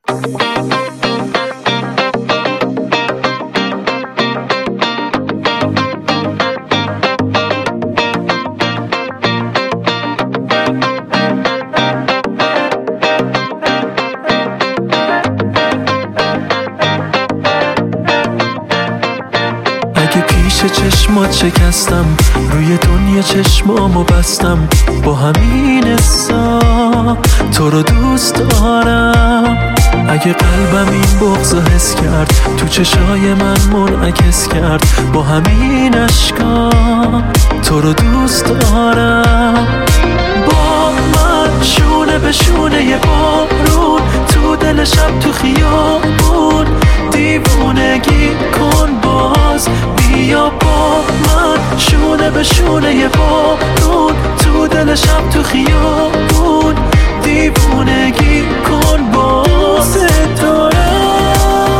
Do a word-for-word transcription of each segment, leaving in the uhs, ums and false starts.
اگه پیش چشمات شکستم، روی دنیا چشمامو بستم، با همین حسا تو رو دوست دارم. اگه قلبم این بغضو حس کرد، تو چشای من منعکس کرد، با همین اشکا تو رو دوست دارم. با من شونه به شونه یه بارون، تو دل شب تو خیابون، دیوونگی کن باز بیا با من شونه به شونه یه بارون، تو دل شب تو خیابون، دیوونگی کن باز دارم.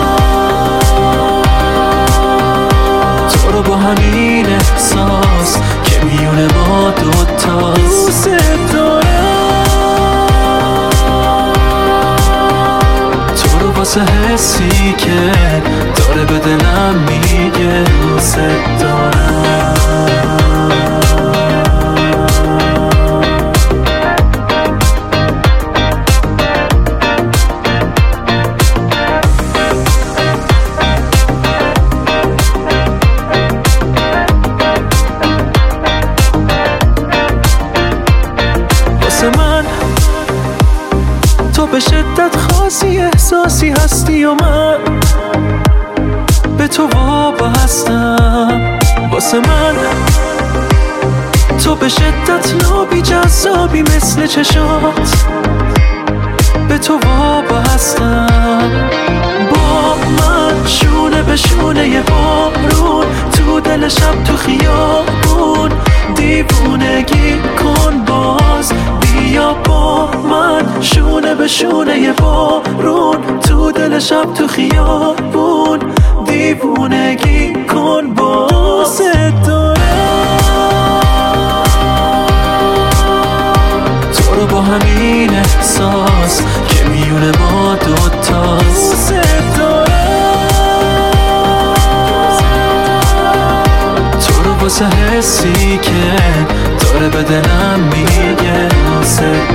تو رو با همین احساس که میونه ما دوتاست دارم. تو رو واسه حسی که داره به دلم میگه دوست دارم. واسه من تو به شدت خاصی، احساسی هستی و من به تو وابستم. واسه من تو به شدت نابی جذابی، مثل چشات به تو وابستم. با من شونه به شونه یه بارون، تو دل شب تو خیابون، دیوونگی کن باز بیا با من شونه به شونه یه بارون، تو دل شب تو خیابون، دیوونگی کن باز دارم. تو رو با همین احساس که میونه ما دوتاست دارم. تو رو واسه حسی که داره به دلم میگه دوست